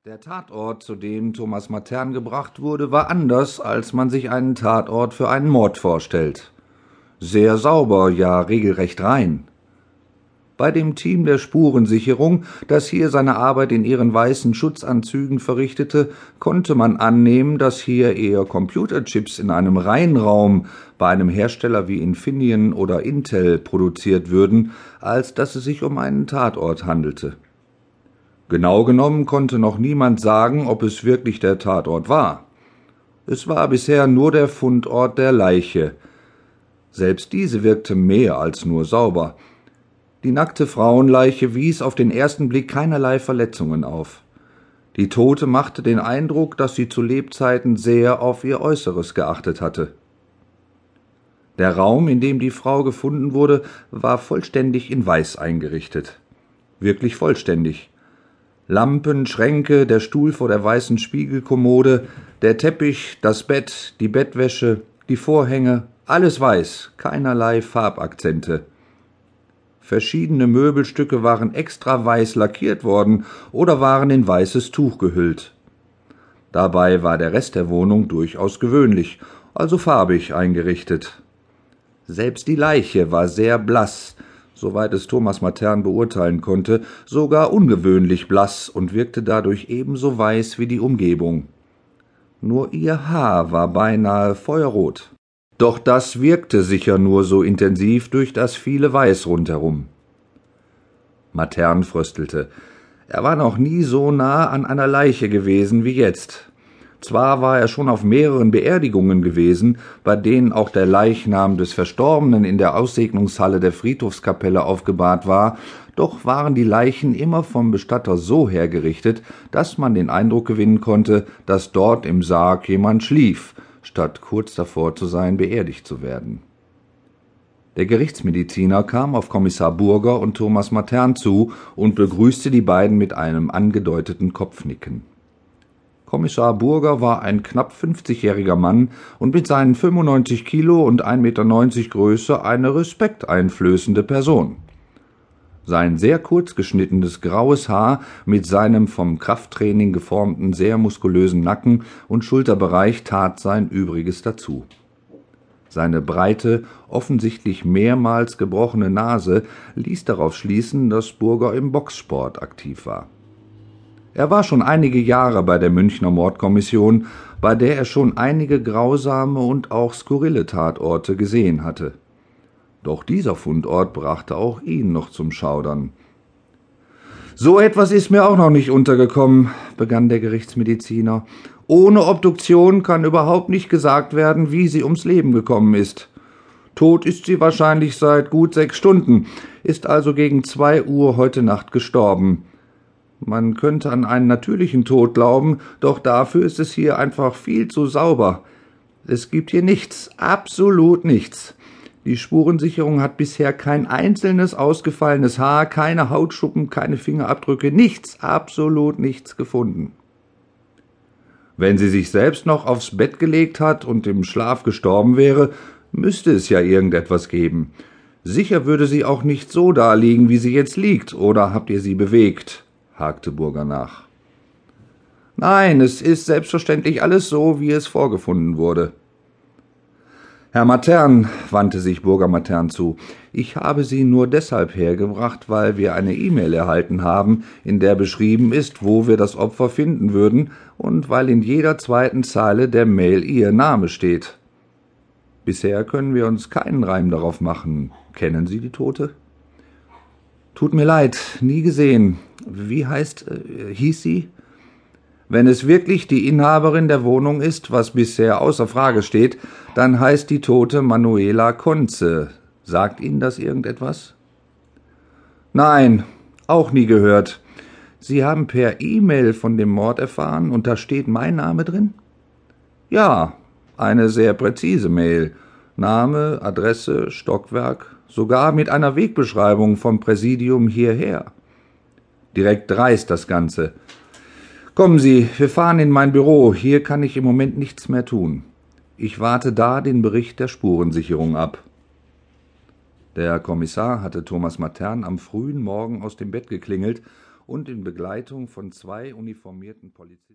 Der Tatort, zu dem Thomas Matern gebracht wurde, war anders, als man sich einen Tatort für einen Mord vorstellt. Sehr sauber, ja regelrecht rein. Bei dem Team der Spurensicherung, das hier seine Arbeit in ihren weißen Schutzanzügen verrichtete, konnte man annehmen, dass hier eher Computerchips in einem Reinraum bei einem Hersteller wie Infineon oder Intel produziert würden, als dass es sich um einen Tatort handelte. Genau genommen konnte noch niemand sagen, ob es wirklich der Tatort war. Es war bisher nur der Fundort der Leiche. Selbst diese wirkte mehr als nur sauber. Die nackte Frauenleiche wies auf den ersten Blick keinerlei Verletzungen auf. Die Tote machte den Eindruck, dass sie zu Lebzeiten sehr auf ihr Äußeres geachtet hatte. Der Raum, in dem die Frau gefunden wurde, war vollständig in Weiß eingerichtet. Wirklich vollständig. Lampen, Schränke, der Stuhl vor der weißen Spiegelkommode, der Teppich, das Bett, die Bettwäsche, die Vorhänge, alles weiß, keinerlei Farbakzente. Verschiedene Möbelstücke waren extra weiß lackiert worden oder waren in weißes Tuch gehüllt. Dabei war der Rest der Wohnung durchaus gewöhnlich, also farbig eingerichtet. Selbst die Leiche war sehr blass, soweit es Thomas Matern beurteilen konnte, sogar ungewöhnlich blass und wirkte dadurch ebenso weiß wie die Umgebung. Nur ihr Haar war beinahe feuerrot. Doch das wirkte sicher nur so intensiv durch das viele Weiß rundherum. Matern fröstelte. Er war noch nie so nah an einer Leiche gewesen wie jetzt. Zwar war er schon auf mehreren Beerdigungen gewesen, bei denen auch der Leichnam des Verstorbenen in der Aussegnungshalle der Friedhofskapelle aufgebahrt war, doch waren die Leichen immer vom Bestatter so hergerichtet, dass man den Eindruck gewinnen konnte, dass dort im Sarg jemand schlief, statt kurz davor zu sein, beerdigt zu werden. Der Gerichtsmediziner kam auf Kommissar Burger und Thomas Matern zu und begrüßte die beiden mit einem angedeuteten Kopfnicken. Kommissar Burger war ein knapp 50-jähriger Mann und mit seinen 95 Kilo und 1,90 Meter Größe eine respekteinflößende Person. Sein sehr kurz geschnittenes graues Haar mit seinem vom Krafttraining geformten, sehr muskulösen Nacken und Schulterbereich tat sein Übriges dazu. Seine breite, offensichtlich mehrmals gebrochene Nase ließ darauf schließen, dass Burger im Boxsport aktiv war. Er war schon einige Jahre bei der Münchner Mordkommission, bei der er schon einige grausame und auch skurrile Tatorte gesehen hatte. Doch dieser Fundort brachte auch ihn noch zum Schaudern. »So etwas ist mir auch noch nicht untergekommen«, begann der Gerichtsmediziner. »Ohne Obduktion kann überhaupt nicht gesagt werden, wie sie ums Leben gekommen ist. Tot ist sie wahrscheinlich seit gut 6 Stunden, ist also gegen 2 Uhr heute Nacht gestorben. Man könnte an einen natürlichen Tod glauben, doch dafür ist es hier einfach viel zu sauber. Es gibt hier nichts, absolut nichts. Die Spurensicherung hat bisher kein einzelnes ausgefallenes Haar, keine Hautschuppen, keine Fingerabdrücke, nichts, absolut nichts gefunden. Wenn sie sich selbst noch aufs Bett gelegt hat und im Schlaf gestorben wäre, müsste es ja irgendetwas geben. Sicher würde sie auch nicht so daliegen, wie sie jetzt liegt, oder habt ihr sie bewegt?« hakte Burger nach. »Nein, es ist selbstverständlich alles so, wie es vorgefunden wurde.« »Herr Matern«, wandte sich Burger Matern zu, »ich habe Sie nur deshalb hergebracht, weil wir eine E-Mail erhalten haben, in der beschrieben ist, wo wir das Opfer finden würden und weil in jeder zweiten Zeile der Mail Ihr Name steht. Bisher können wir uns keinen Reim darauf machen. Kennen Sie die Tote?« »Tut mir leid, nie gesehen. Wie hieß sie?« »Wenn es wirklich die Inhaberin der Wohnung ist, was bisher außer Frage steht, dann heißt die Tote Manuela Conze. Sagt Ihnen das irgendetwas?« »Nein, auch nie gehört. Sie haben per E-Mail von dem Mord erfahren und da steht mein Name drin?« »Ja, eine sehr präzise Mail. Name, Adresse, Stockwerk, sogar mit einer Wegbeschreibung vom Präsidium hierher. Direkt dreist das Ganze. Kommen Sie, wir fahren in mein Büro, hier kann ich im Moment nichts mehr tun. Ich warte da den Bericht der Spurensicherung ab.« Der Kommissar hatte Thomas Matern am frühen Morgen aus dem Bett geklingelt und in Begleitung von 2 uniformierten Polizisten